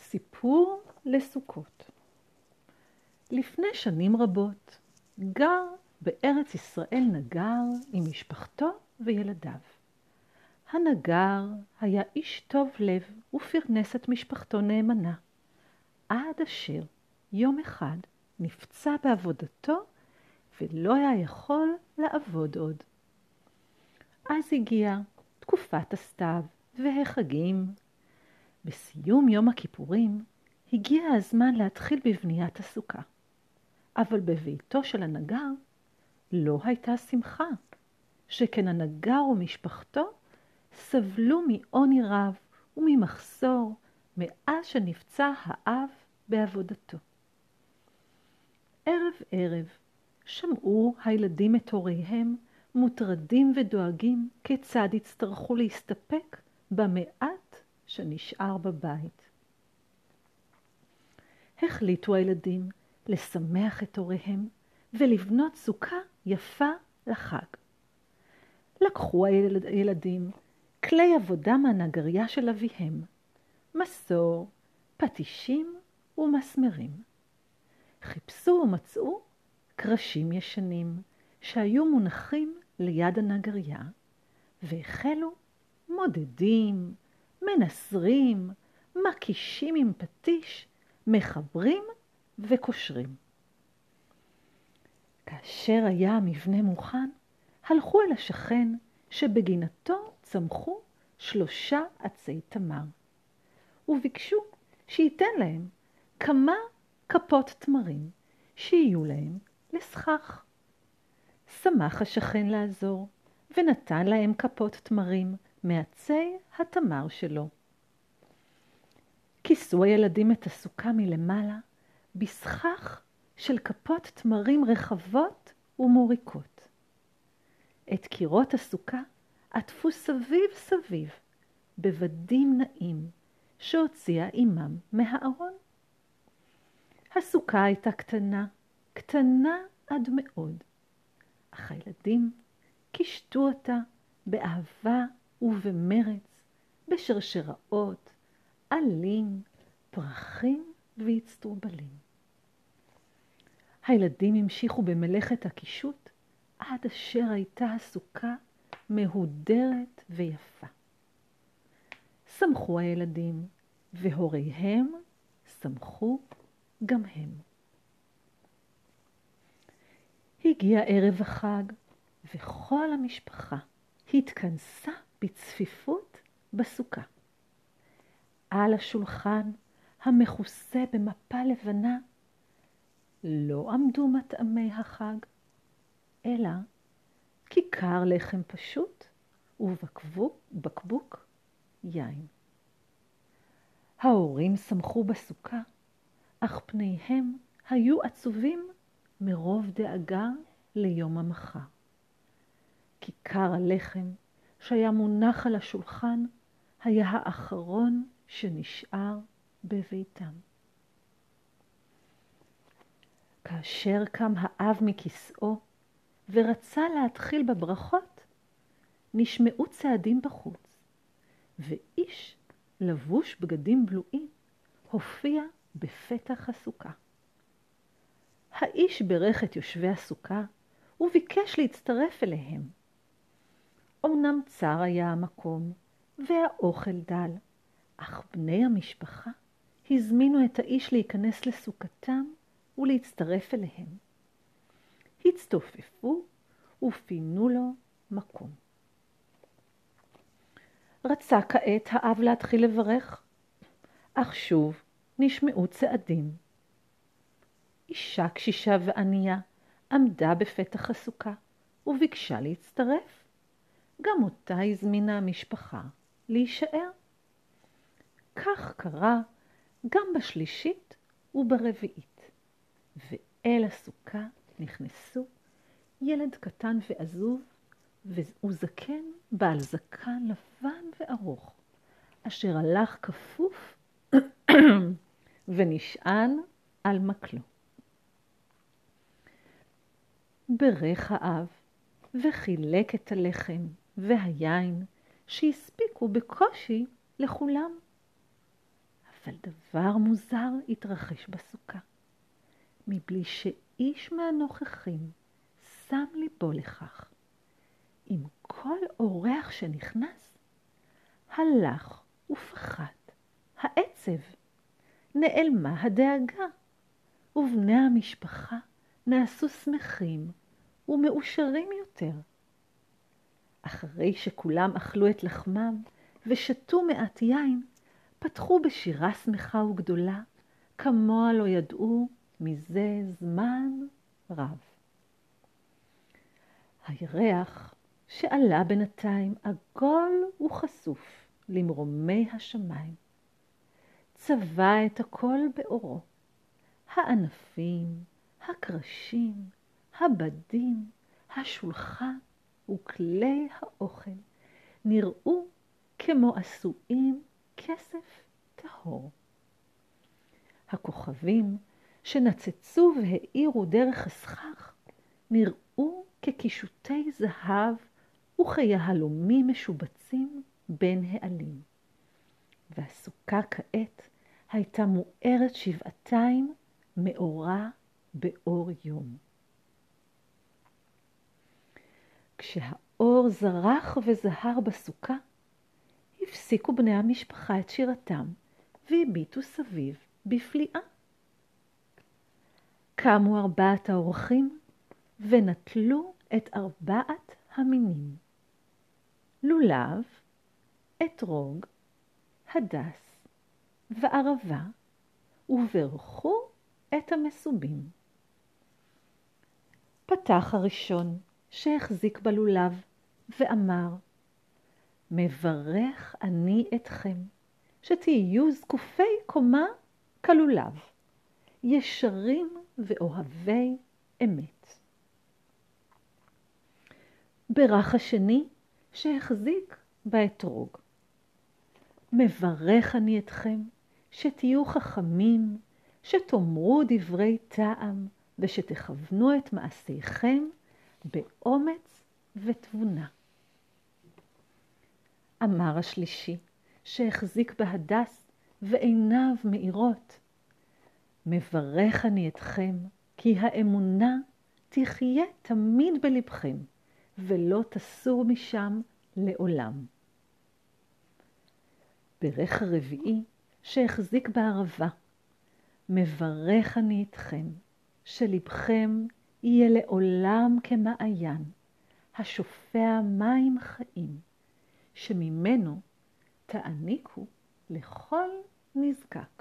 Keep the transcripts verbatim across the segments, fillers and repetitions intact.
סיפור לסוכות. לפני שנים רבות גר בארץ ישראל נגר עם משפחתו וילדיו. הנגר היה איש טוב לב ופרנס את משפחתו נאמנה, עד אשר יום אחד נפצע בעבודתו ולא היה יכול לעבוד עוד. אז הגיעה תקופת הסתיו והחגים. בסיום יום הכיפורים הגיע הזמן להתחיל בבניית הסוכה. אבל בביתו של הנגר לא הייתה שמחה, שכן הנגר ומשפחתו סבלו מעוני רב וממחסור מאז שנפצע האב בעבודתו. ערב ערב שמעו הילדים את הוריהם מוטרדים ודואגים כיצד יצטרכו להסתפק במעט שנשאר בבית. החליטו הילדים לשמח את הוריהם ולבנות סוכה יפה לחג. לקחו הילדים כלי עבודה מהנגריה של אביהם, מסור, פטישים ומסמרים. חיפשו ומצאו קרשים ישנים שהיו מונחים ליד הנגריה, והחלו מודדים, מנסרים, מקישים עם פטיש, מחברים וקושרים. כאשר היה המבנה מוכן, הלכו אל השכן שבגינתו צמחו שלושה עצי תמר, וביקשו שייתן להם כמה כפות תמרים שיהיו להם לסכך. שמח השכן לעזור ונתן להם כפות תמרים מעצי התמר שלו. כיסו הילדים את הסוכה מלמעלה בסכך של כפות תמרים רחבות ומוריקות. את קירות הסוכה עטפו סביב סביב בבדים נעים שהוציאה אימם מהארון. הסוכה הייתה קטנה, קטנה עד מאוד, אך הילדים קישטו אותה באהבה ובמרץ, בשרשראות, עלים, פרחים והצטרובלים. הילדים המשיכו במלאכת הקישוט עד אשר הייתה הסוכה מהודרת ויפה. שמחו הילדים והוריהם שמחו גם הם. הגיע ערב החג וכל המשפחה התכנסה בצפיפות בסוכה. על השולחן המכוסה במפה לבנה לא עמדו מטעמי החג, אלא כיכר לחם פשוט ובקבוק יין. ההורים שמחו בסוכה, אך פניהם היו עצובים מרוב דאגה ליום המחר. כיכר הלחם שהיה מונח על השולחן היה האחרון שנשאר בביתם. כאשר קם האב מכיסאו ורצה להתחיל בברכות, נשמעו צעדים בחוץ, ואיש לבוש בגדים בלועים הופיע בפתח הסוכה. האיש ברך את יושבי הסוכה וביקש להצטרף אליהם. אמנם צר היה המקום והאוכל דל, אך בני המשפחה הזמינו את האיש להיכנס לסוכתם ולהצטרף אליהם. הצטופפו ופינו לו מקום. רצה כעת האב להתחיל לברך, אך שוב נשמעו צעדים. אישה קשישה וענייה עמדה בפתח הסוכה וביקשה להצטרף. גם אותה הזמינה המשפחה להישאר. כך קרה גם בשלישית וברביעית, ואל הסוכה נכנסו ילד קטן ועזוב וזקן בעל זקן לבן וארוך, אשר הלך כפוף ונשען על מקלו. ברך האב וחילק את הלחם והיין שהספיקו בקושי לכולם. אבל דבר מוזר התרחש בסוכה. מבלי שאיש מהנוכחים שם ליבו לכך. עם כל אורח שנכנס, הלך ופחת העצב, נעלמה הדאגה, ובני המשפחה נעשו שמחים ומאושרים יותר. אחרי שכולם אכלו את לחמם ושתו מעט יין, פתחו בשירה שמחה וגדולה, כמוה לא ידעו מזה זמן רב. הירח שעלה בינתיים עגול וחשוף למרומי השמיים, צבע את הכל באורו. הענפים, הקרשים, הבדים, השולחן וכלי האוכל נראו כמו עשויים כסף טהור. הכוכבים שנצצו והאירו דרך הסכך נראו כקישוטי זהב וכיהלומים משובצים בין העלים. והסוכה כעת הייתה מוארת שבעתיים מאורה באור יום. כשהאור זרח וזהר בסוכה, הפסיקו בני המשפחה את שירתם והביטו סביב בפליאה. קמו ארבעת האורחים ונטלו את ארבעת המינים: לולב, אתרוג, הדס וערבה, וברכו את המסובים. פתח הראשון שהחזיק בלולב ואמר: מברך אני אתכם שתהיו זקופי קומה כלולב, ישרים ואוהבי אמת. ברך השני שהחזיק באתרוג: מברך אני אתכם שתהיו חכמים, שתאמרו דברי טעם ושתכוונו את מעשיכם באומץ ותבונה. אמר השלישי שהחזיק בהדס ועיניו מאירות: מברך אני אתכם כי האמונה תחיה תמיד בלבכם ולא תסור משם לעולם. ברך הרביעי שהחזיק בערבה: מברך אני אתכם שלבכם יהיה לעולם כמעיין, השופע מים חיים, שממנו תעניקו לכל נזקק.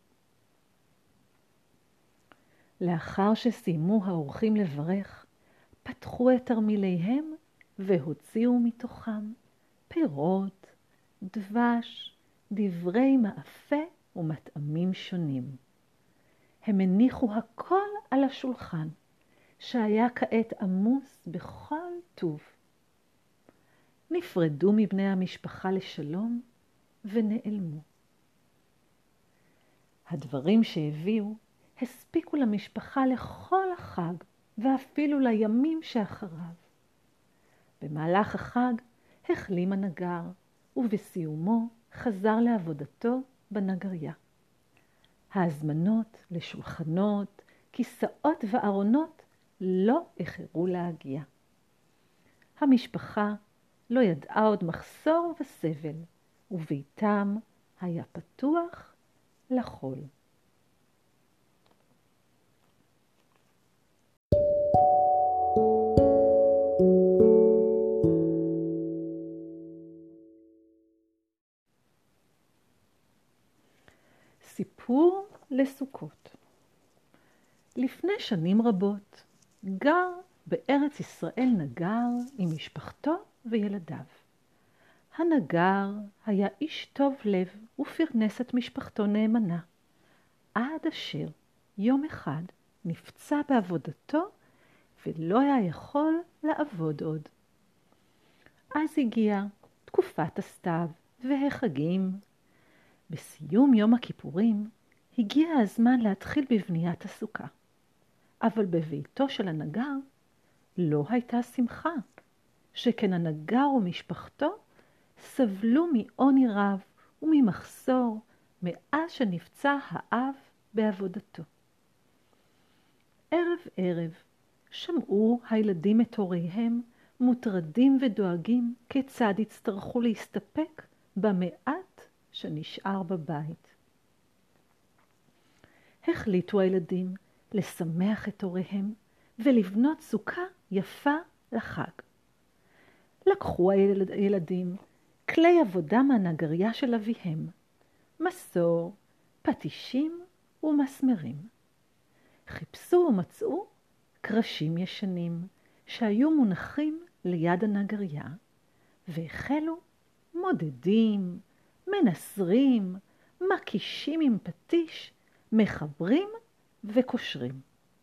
לאחר שסיימו האורחים לברך, פתחו את תרמיליהם והוציאו מתוכם פירות, דבש, דברי מאפה ומטעמים שונים. הם הניחו הכל על השולחן, שהיה כעת עמוס בכל טוב. נפרדו מבני המשפחה לשלום ונעלמו. הדברים שהביאו הספיקו למשפחה לכל החג ואפילו לימים שאחריו. במהלך החג החלים הנגר, ובסיומו חזר לעבודתו בנגריה. ההזמנות לשולחנות, כיסאות וארונות לא איחרו להגיע. המשפחה לא ידעה עוד מחסור וסבל, וביתם היה פתוח לחול. סיפור לסוכות. לפני שנים רבות גר בארץ ישראל נגר עם משפחתו וילדיו. הנגר היה איש טוב לב ופרנס את משפחתו נאמנה, עד אשר יום אחד נפצע בעבודתו ולא היה יכול לעבוד עוד. אז הגיעה תקופת הסתיו והחגים. בסיום יום הכיפורים הגיע הזמן להתחיל בבניית הסוכה. אבל בביתו של הנגר לא הייתה שמחה, שכן הנגר ומשפחתו סבלו מעוני רב וממחסור מאז שנפצע האב בעבודתו. ערב ערב שמעו הילדים את הוריהם מוטרדים ודואגים כיצד יצטרכו להסתפק במעט שנשאר בבית. החליטו הילדים לשמח את הוריהם ולבנות סוכה יפה לחג. לקחו הילדים כלי עבודה מהנגריה של אביהם, מסור, פטישים ומסמרים. חיפשו ומצאו קרשים ישנים שהיו מונחים ליד הנגריה, והחלו מודדים, מנסרים, מקישים עם פטיש, מחברים וקושרים.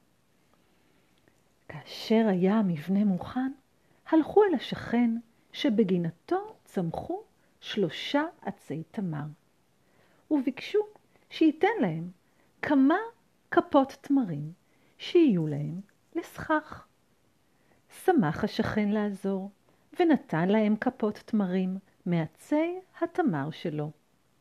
כאשר היה המבנה מוכן, הלכו אל השכן שבגינתו צמחו שלושה עצי תמר, וביקשו שייתן להם כמה כפות תמרים שיהיו להם לסכך. שמח השכן לעזור ונתן להם כפות תמרים מעצי התמר שלו.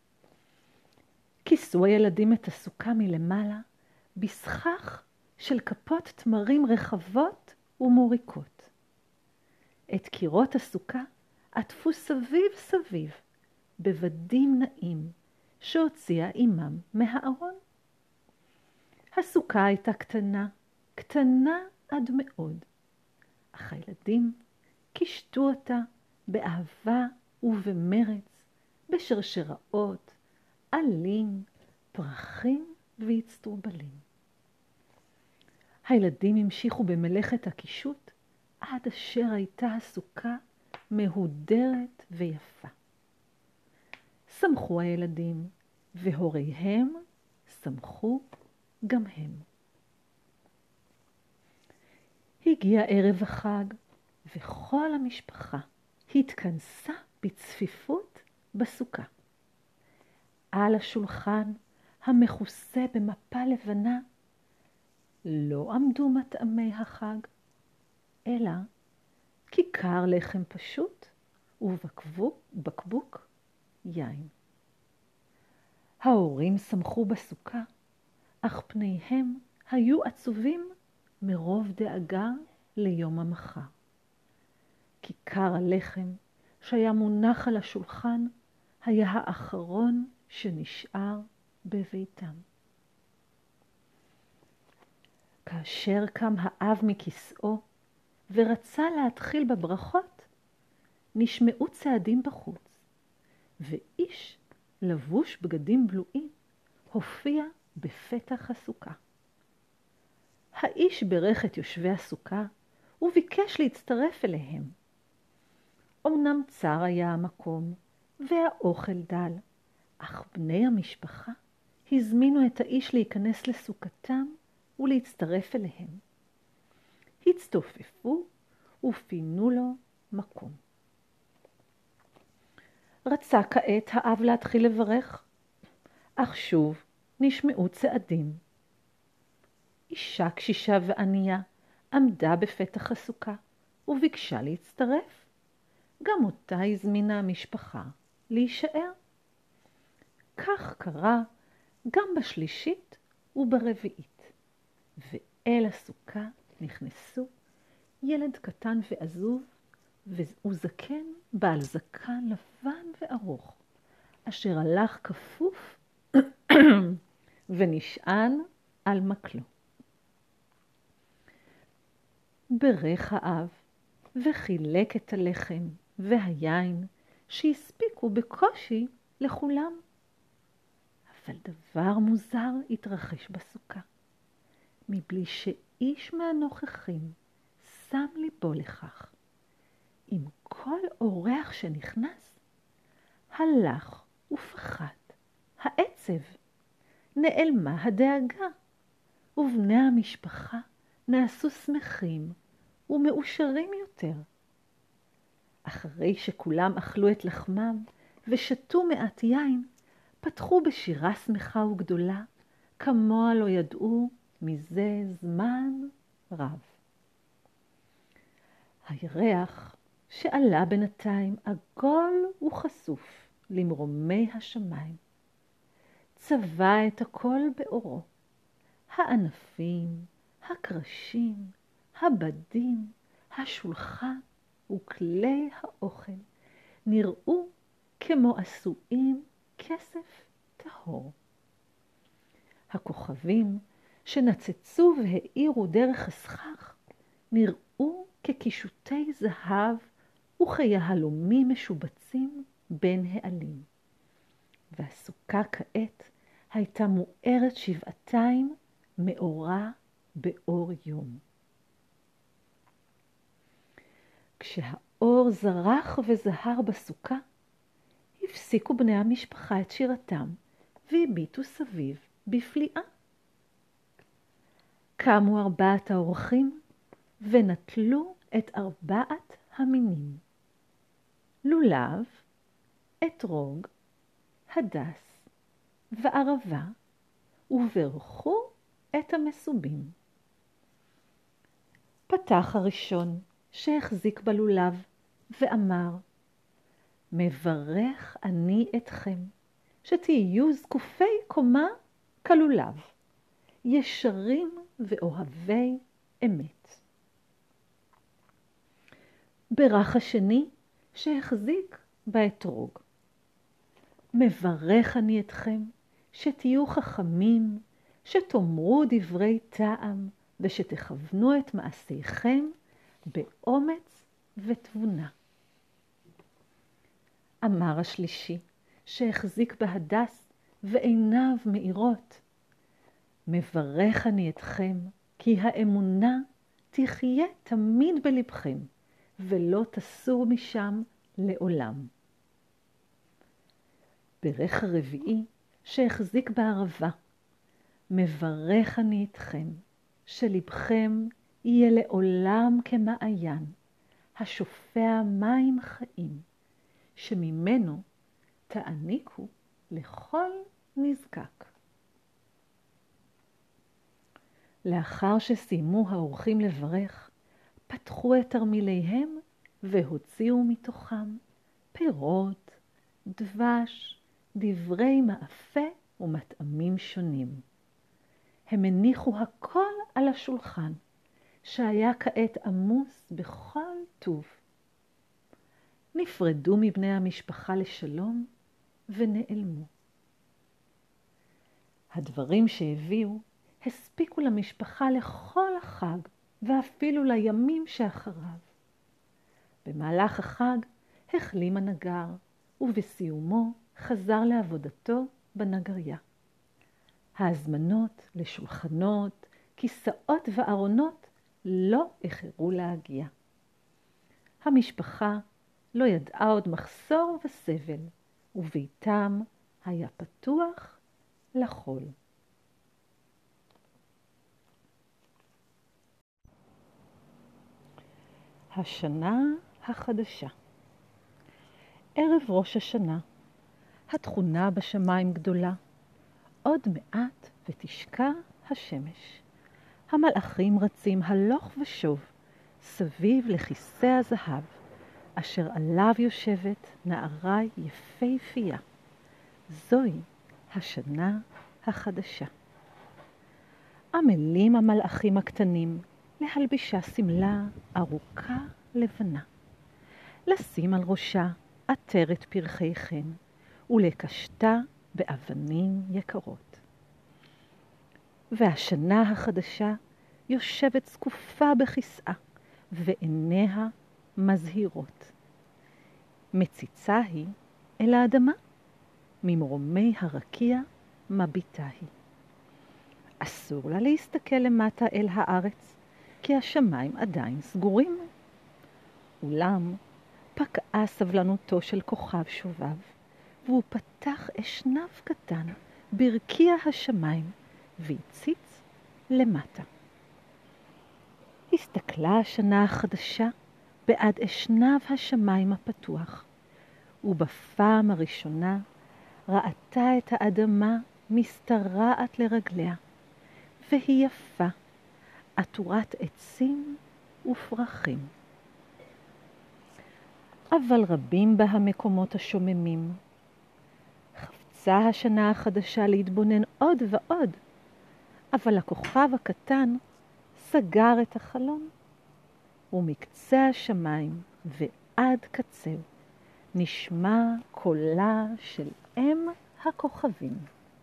כיסו הילדים את הסוכה מלמעלה בסכך של כפות תמרים רחבות ומוריקות. את קירות הסוכה עטפו סביב סביב בבדים נעים שהוציאה אימם מהארון. הסוכה הייתה קטנה, קטנה עד מאוד, אך הילדים קישטו אותה באהבה ובמרץ, בשרשראות, עלים, פרחים והצטרובלים. הילדים המשיכו במלאכת הקישוט עד אשר הייתה הסוכה מהודרת ויפה. שמחו הילדים, והוריהם שמחו גם הם. הגיע ערב החג, וכל המשפחה התכנסה בצפיפות בסוכה. על השולחן המכוסה במפה לבנה לא עמדו מטעמי החג, אלא כיכר לחם פשוט ובקבוק יין. ההורים שמחו בסוכה, אך פניהם היו עצובים מרוב דאגה ליום המחר. כיכר הלחם שהיה מונח על השולחן היה האחרון שנשאר בביתם. כאשר קם האב מכיסאו ורצה להתחיל בברכות, נשמעו צעדים בחוץ, ואיש לבוש בגדים בלועים הופיע בפתח הסוכה. האיש ברך את יושבי הסוכה וביקש להצטרף אליהם. אמנם צר היה המקום והאוכל דל, אך בני המשפחה הזמינו את האיש להיכנס לסוכתם ולהצטרף אליהם. הצטופפו ופינו לו מקום. רצה כעת האב להתחיל לברך, אך שוב נשמעו צעדים. אישה קשישה וענייה עמדה בפתח הסוכה וביקשה להצטרף. גם אותה הזמינה המשפחה להישאר. כך קרה גם בשלישית וברביעית, ואל הסוכה נכנסו ילד קטן ועזוב וזקן בעל זקן לבן וארוך, אשר הלך כפוף ונשען על מקלו. ברך האב וחילק את הלחם והיין שהספיקו בקושי לכולם. אבל דבר מוזר התרחש בסוכה, מבלי שאיש מהנוכחים שם ליבו לכך. עם כל אורח שנכנס, הלך ופחת העצב, נעלמה הדאגה, ובני המשפחה נעשו שמחים ומאושרים יותר. אחרי שכולם אכלו את לחמם ושתו מעט יין, פתחו בשירה שמחה וגדולה, כמוה לא ידעו מזה זמן רב. הירח שעלה בינתיים עגול וחשוף למרומי השמיים, צבע את הכל באורו. הענפים, הקרשים, הבדים, השולחן וכלי האוכל נראו כמו עשויים כסף טהור. הכוכבים שנצצו והאירו דרך הסכך נראו כקישוטי זהב וכיהלומים משובצים בין העלים. והסוכה כעת הייתה מוארת שבעתיים מאורה באור יום. כשהאור זרח וזהר בסוכה, הפסיקו בני המשפחה את שירתם והביטו סביב בפליאה. קמו ארבעת האורחים ונטלו את ארבעת המינים: לולב, אתרוג, הדס וערבה, וברכו את המסובים. פתח הראשון שהחזיק בלולב ואמר, מברך אני אתכם שתהיו זקופי קומה כלולב, ישרים ואוהבי אמת. ברך השני שהחזיק באתרוג, מברך אני אתכם שתהיו חכמים, שתאמרו דברי טעם ושתכוונו את מעשיכם באומץ ותבונה. אמר השלישי שהחזיק בהדס ועיניו מאירות, מברך אני אתכם כי האמונה תחיה תמיד בלבכם ולא תסור משם לעולם. ברך הרביעי שהחזיק בערבה, מברך אני אתכם שלבכם יהיה לעולם כמעיין, השופע מים חיים, שממנו תעניקו לכל נזקק. לאחר שסיימו האורחים לברך, פתחו את תרמיליהם והוציאו מתוכם פירות, דבש, דברי מאפה ומטעמים שונים. הם הניחו הכל על השולחן, שהיה כעת עמוס בכל טוב. נפרדו מבני המשפחה לשלום ונעלמו. הדברים שהביאו הספיקו למשפחה לכל החג ואפילו לימים שאחריו. במהלך החג החלים הנגר, ובסיומו חזר לעבודתו בנגריה. ההזמנות לשולחנות, כיסאות וארונות לא איחרו להגיע. המשפחה לא ידעה עוד מחסור וסבל, וביתם היה פתוח לחול. השנה החדשה. ערב ראש השנה, התכונה בשמיים גדולה, עוד מעט ותשקע השמש. המלאכים רצים הלוך ושוב סביב לכיסא הזהב, אשר עליו יושבת נערה יפהפייה. זוהי השנה החדשה. עמלים המלאכים הקטנים להלבישה סמלה ארוכה לבנה, לשים על ראשה עטרת פרחי חן ולקשתה באבנים יקרות. והשנה החדשה יושבת זקופה בכיסאה ועיניה מזהירות. מציצה היא אל האדמה, ממרומי הרקיע מביטה היא. אסור לה להסתכל למטה אל הארץ, כי השמיים עדיין סגורים. אולם פקעה סבלנותו של כוכב שובב, והוא פתח אשנב קטן ברקיע השמיים והציץ למטה. הסתכלה השנה החדשה בעד אשנב השמיים הפתוח, ובפעם הראשונה ראתה את האדמה מסתרעת לרגליה, והיא יפה, עטורת עצים ופרחים. אבל רבים בה המקומות השוממים. רצה השנה החדשה להתבונן עוד ועוד, אבל הכוכב הקטן סגר את החלון, ומקצה השמיים ועד קצהו נשמע קולה של אם הכוכבים.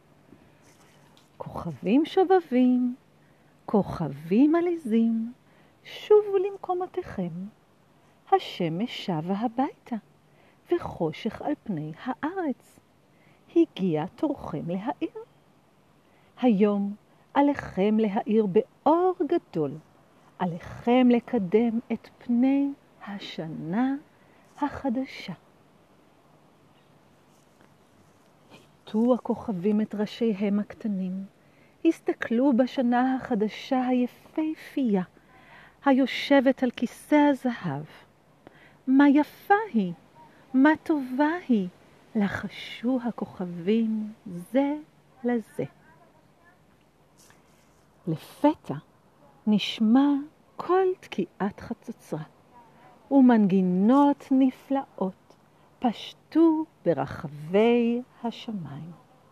כוכבים שובבים, כוכבים עליזים, שובו למקומותיכם. השמש שבה הביתה, וחושך על פני הארץ. הגיע תורכם להאיר. היום עליכם להאיר באור גדול, עליכם לקדם את פני השנה החדשה. היטו הכוכבים את ראשיהם הקטנים, הסתכלו בשנה החדשה היפהפייה, היושבת על כיסא הזהב. מה יפה היא, מה טובה היא, לחשו הכוכבים זה לזה. לפתע נשמע קול תקיעת חצוצרה, ומנגינות נפלאות פשטו ברחבי השמיים.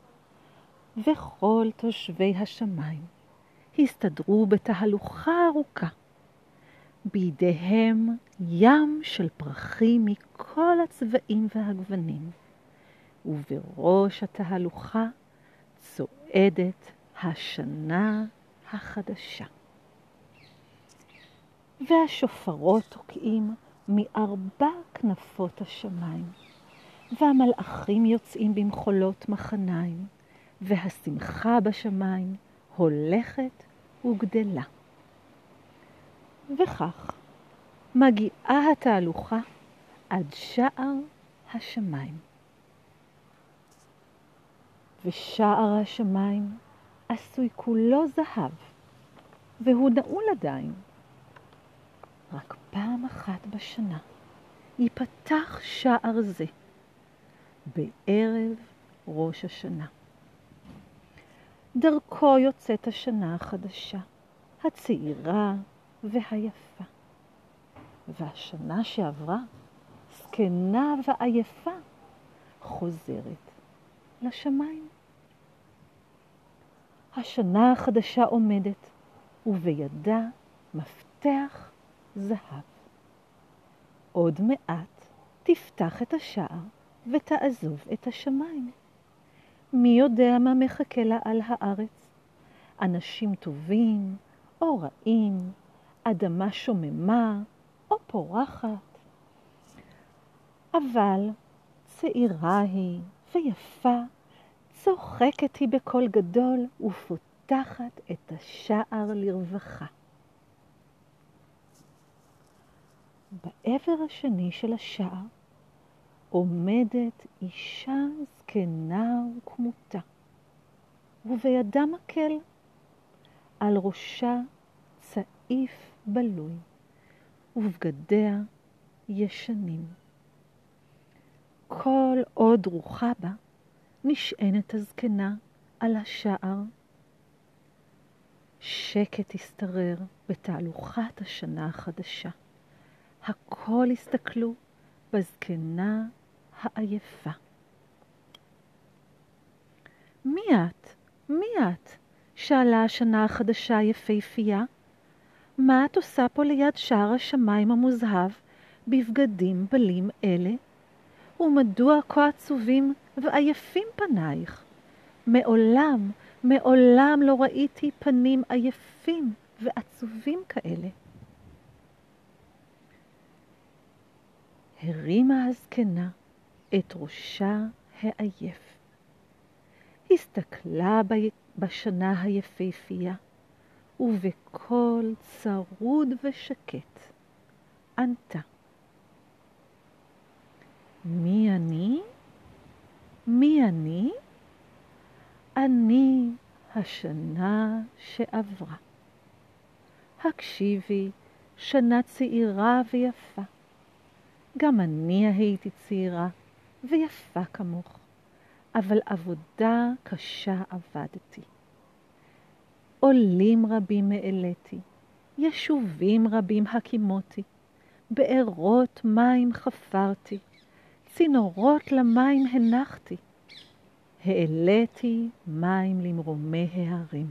וכל תושבי השמיים הסתדרו בתהלוכה ארוכה. בידיהם ים של פרחים מכל הצבעים והגוונים, ובראש התהלוכה צועדת השנה החדשה. והשופרות תוקעים מארבע כנפות השמיים, והמלאכים יוצאים במחולות מחניים, והשמחה בשמיים הולכת וגדלה. וכך מגיעה התהלוכה עד שער השמיים. ושער השמיים עשוי כולו זהב, והוא נעול עדיין. רק פעם אחת בשנה ייפתח שער זה, בערב ראש השנה. דרכו יוצאת השנה החדשה, הצעירה והיפה. והשנה שעברה, זקנה ועייפה, חוזרת לשמיים. השנה החדשה עומדת, ובידה מפתח זהב. עוד מעט תפתח את השער ותעזוב את השמיים. מי יודע מה מחכה לה על הארץ? אנשים טובים או רעים, אדמה שוממה או פורחת. אבל צעירה היא ויפה, צוחקת היא בקול גדול ופותחת את השער לרווחה. בעבר השני של השער עומדת אישה זקנה וכמותה, ובידה מקל, על ראשה צעיף בלוי, ובבגדיה ישנים. כל עוד רוחה בה, נשענת הזקנה על השער. שקט הסתרר בתהלוכת השנה החדשה. הכל הסתכלו בזקנה העייפה. מי את? מי את? שאלה השנה החדשה היפהפייה. מה את עושה פה ליד שער השמיים המוזהב בבגדים בלים אלה? ומדוע כה עצובים ועייפים פנייך? מעולם, מעולם לא ראיתי פנים עייפים ועצובים כאלה. הרימה הזקנה את ראשה העייף. הסתכלה בשנה היפהפייה, ובקול צרוד ושקט ענתה. מי אני? מי אני? אני השנה שעברה. הקשיבי, שנה צעירה ויפה. גם אני הייתי צעירה ויפה כמוך, אבל עבודה קשה עבדתי. עולים רבים העליתי, ישובים רבים הקימותי, בארות מים חפרתי, צינורות למים הנחתי. העליתי מים למרומי ההרים.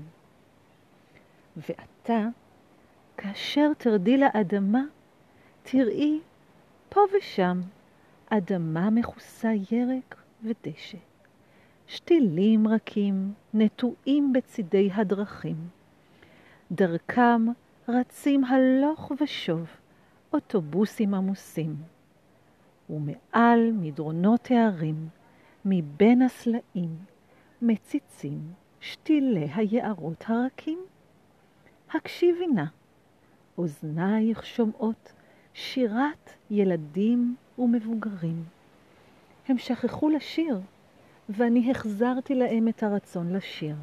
ועתה, כאשר תרדי לאדמה, תראי פה ושם אדמה מכוסה ירק ודשא. שתילים רכים נטועים בצידי הדרכים. דרכם רצים הלוך ושוב אוטובוסים עמוסים. ומעל מדרונות הערים, מבין הסלעים, מציצים שתילי היערות הרכים. הקשיבי נא, אוזנייך שומעות שירת ילדים ומבוגרים. הם שכחו לשיר, ואני החזרתי להם את הרצון לשיר.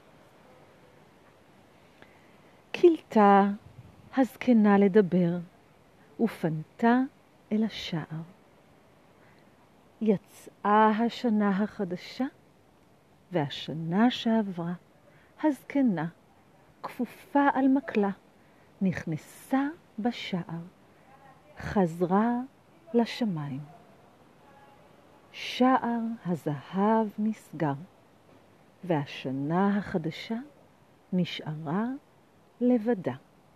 קילתה הזקנה לדבר, ופנתה אל השער. יצאה השנה החדשה, והשנה שעברה, הזקנה, כפופה על מקלה, נכנסה בשער, חזרה לשמיים. שער הזהב נסגר, והשנה החדשה נשארה לבדה.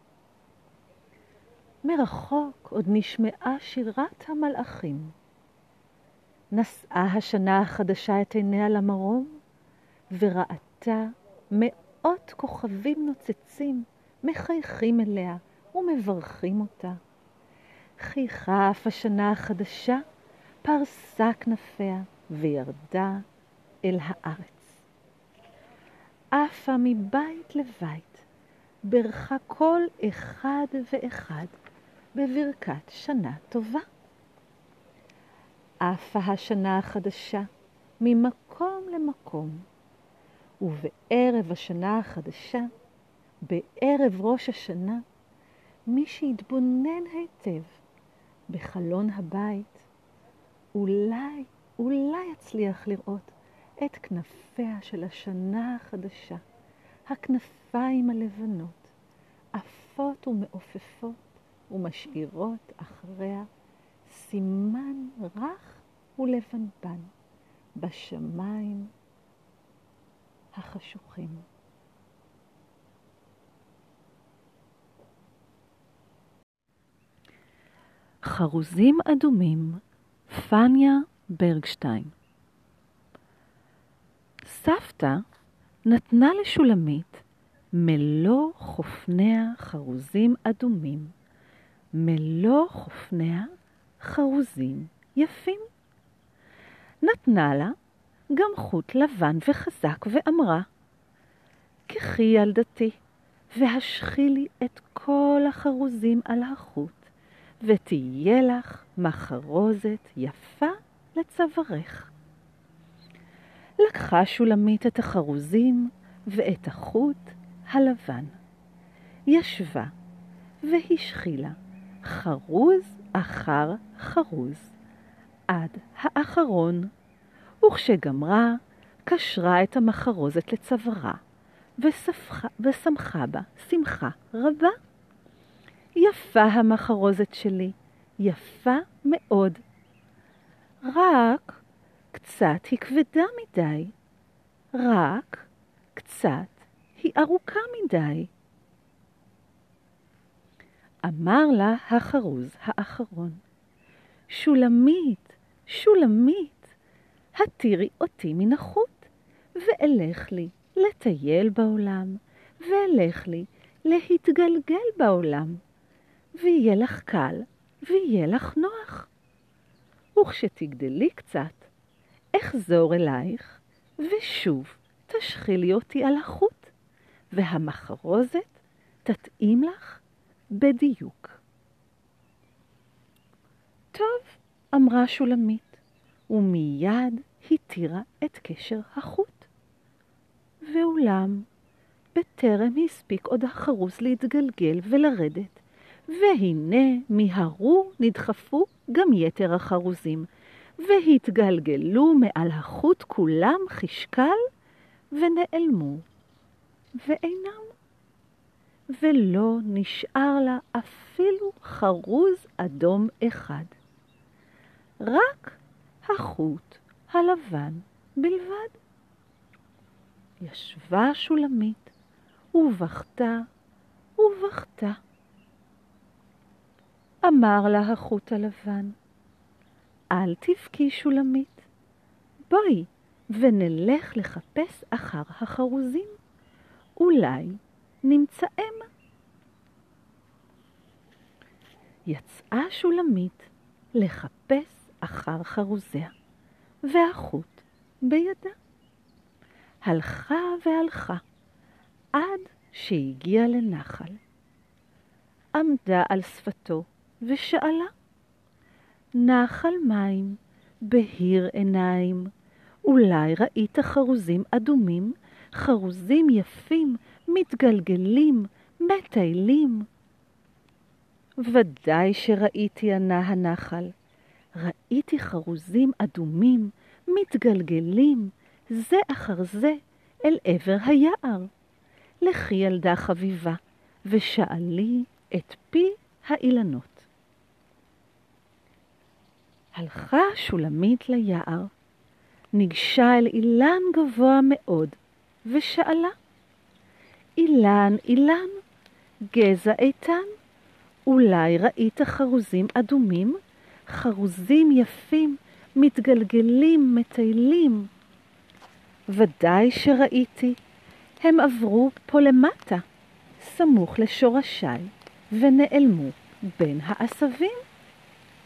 מרחוק עוד נשמעה שירת המלאכים. נשאה השנה החדשה את עיניה למרום, וראתה מאות כוכבים נוצצים, מחייכים אליה ומברכים אותה. חייכה אף השנה החדשה, פרסה כנפיה וירדה אל הארץ. עפה מבית לבית, ברכה כל אחד ואחד בברכת שנה טובה. עפה השנה החדשה ממקום למקום, ובערב השנה החדשה, בערב ראש השנה, מי שהתבונן היטב בחלון הבית, אולי, אולי יצליח לראות את כנפיה של השנה החדשה, הכנפיים הלבנות, עפות ומעופפות ומשאירות אחריה סימן רך ולבנבן בשמיים החשוכים. חרוזים אדומים, פניה ברגשטיין. סבתא נתנה לשולמית מלוא חופניה חרוזים אדומים, מלוא חופניה חרוזים יפים. נתנה לה גם חוט לבן וחזק ואמרה, קחי ילדתי והשכי לי את כל החרוזים על החוט, ותהיה לך מחרוזת יפה לצווארך. לקחה שולמית את החרוזים ואת החוט הלבן. ישבה והשחילה חרוז אחר חרוז עד האחרון, וכשגמרה קשרה את המחרוזת לצווארה ושמחה, ושמחה בה שמחה רבה. יפה המחרוזת שלי, יפה מאוד. רק קצת היא כבדה מדי, רק קצת היא ארוכה מדי. אמר לה החרוז האחרון, שולמית, שולמית, התירי אותי מן החוט, ואלך לי לטייל בעולם, ואלך לי להתגלגל בעולם, ויהיה לך קל, ויהיה לך נוח. וכשתגדלי קצת, אחזור אלייך, ושוב תשחילי אותי על החוט, והמחרוזת תתאים לך בדיוק. טוב, אמרה שולמית, ומיד התירה את קשר החוט. ואולם, בטרם הספיק עוד החרוז להתגלגל ולרדת, והנה מיהרו נדחפו גם יתר החרוזים, והתגלגלו מעל החוט כולם חשקל ונעלמו, ואינם. ולא נשאר לה אפילו חרוז אדום אחד, רק החוט הלבן בלבד. ישבה שולמית ובכתה ובכתה. אמר לה החוט הלבן, אל תבכי שולמית, בואי ונלך לחפש אחר החרוזים, אולי נמצאם. יצאה שולמית לחפש אחר חרוזיה, והחוט בידה. הלכה והלכה, עד שהגיעה לנחל. עמדה על שפתו ושאלה, נחל מים, בהיר עיניים, אולי ראית חרוזים אדומים, חרוזים יפים, מתגלגלים, מטיילים? ודאי שראיתי, ענה הנחל. ראיתי חרוזים אדומים, מתגלגלים, זה אחר זה, אל עבר היער. לכי ילדה חביבה, ושאלי את פי האילנות. הלכה שולמית ליער, ניגשה אל אילן גבוה מאוד, ושאלה, אילן, אילן, גזע איתן, אולי ראית חרוזים אדומים, חרוזים יפים, מתגלגלים, מטיילים? ודאי שראיתי, הם עברו פה למטה, סמוך לשורשיי, ונעלמו בין העשבים.